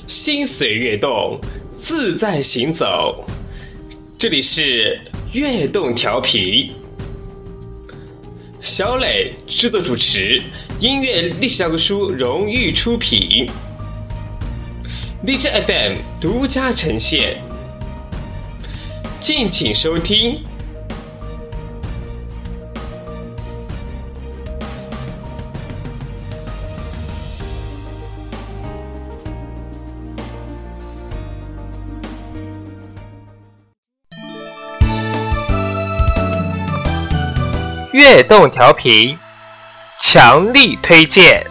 心随跃动，自在行走。这里是跃动调频，小磊制作主持，音乐历史教科书荣誉出品，荔枝 FM 独家呈现，敬请收听。 跃动调频，强力推荐。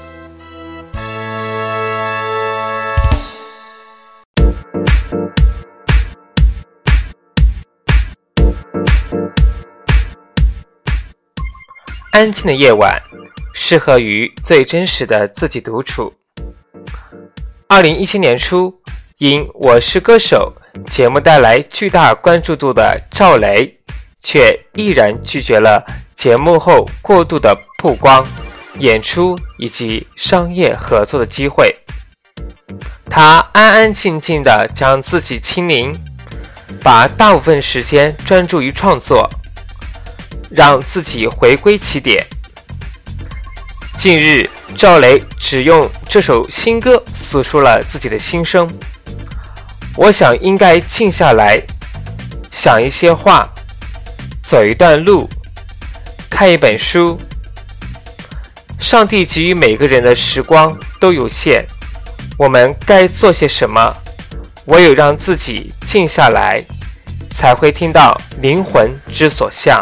安静的夜晚，适合于最真实的自己独处。2017年初，因《我是歌手》节目带来巨大关注度的赵雷，却毅然拒绝了节目后过度的曝光、演出以及商业合作的机会。他安安静静地将自己清零，把大部分时间专注于创作，让自己回归起点。近日，赵雷只用这首新歌诉说了自己的心声。我想应该静下来，想一些话，走一段路，看一本书。上帝给予每个人的时光都有限，我们该做些什么？唯有让自己静下来，才会听到灵魂之所向。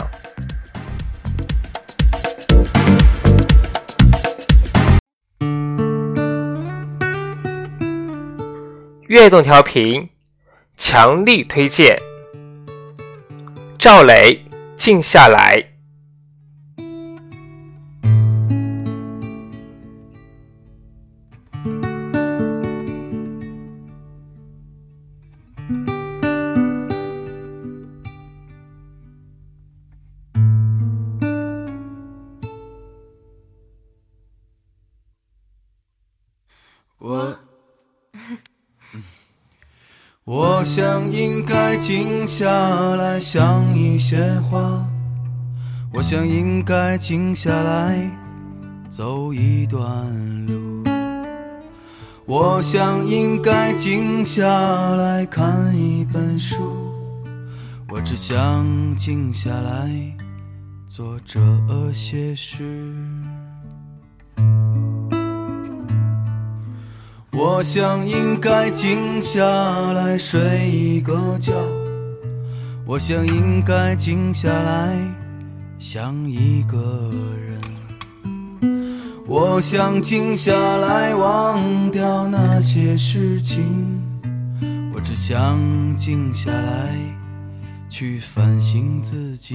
跃动调频，强力推荐。赵雷，静下来。 我想应该静下来，想一些话。我想应该静下来，走一段路。我想应该静下来，看一本书。我只想静下来，做这些事。我想应该静下来，睡一个觉。我想应该静下来，想一个人。我想静下来，忘掉那些事情。我只想静下来，去反省自己。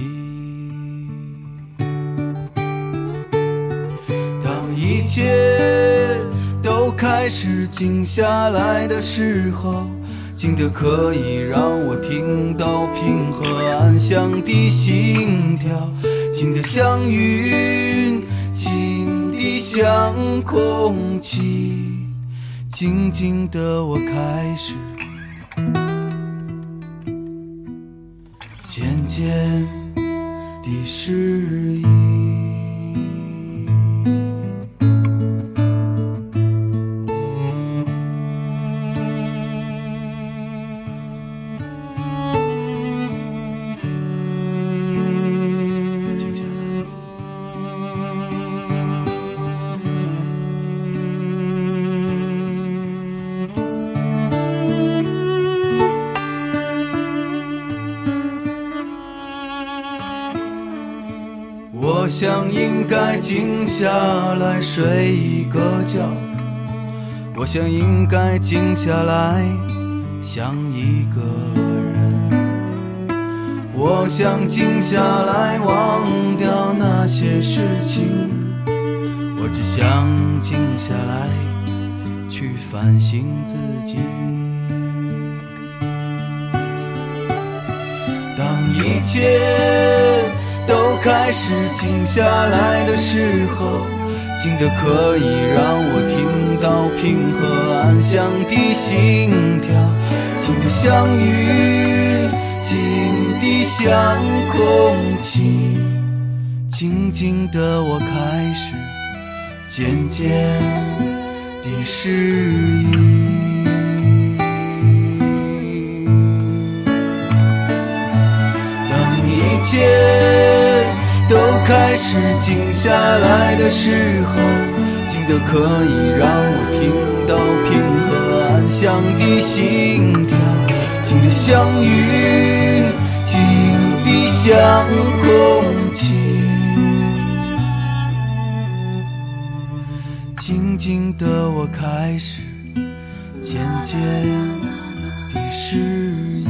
当一切都开始静下来的时候，静得可以让我听到平和安详的心跳，静得像云，静得像空气，静静的我开始渐渐地适应。我想应该静下来，睡一个觉。我想应该静下来，想一个人。我想静下来，忘掉那些事情。我只想静下来，去反省自己。当一切都开始静下来的时候，静静的可以让我听到平和安详的心跳，静的像雨，静的像空气，静静的我开始渐渐的失忆。当一切都开始静下来的时候，静的可以让我听到平和安详的心跳，静的像雨，静的像空气，静静的我开始渐渐的失忆。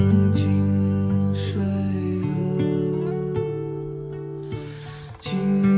静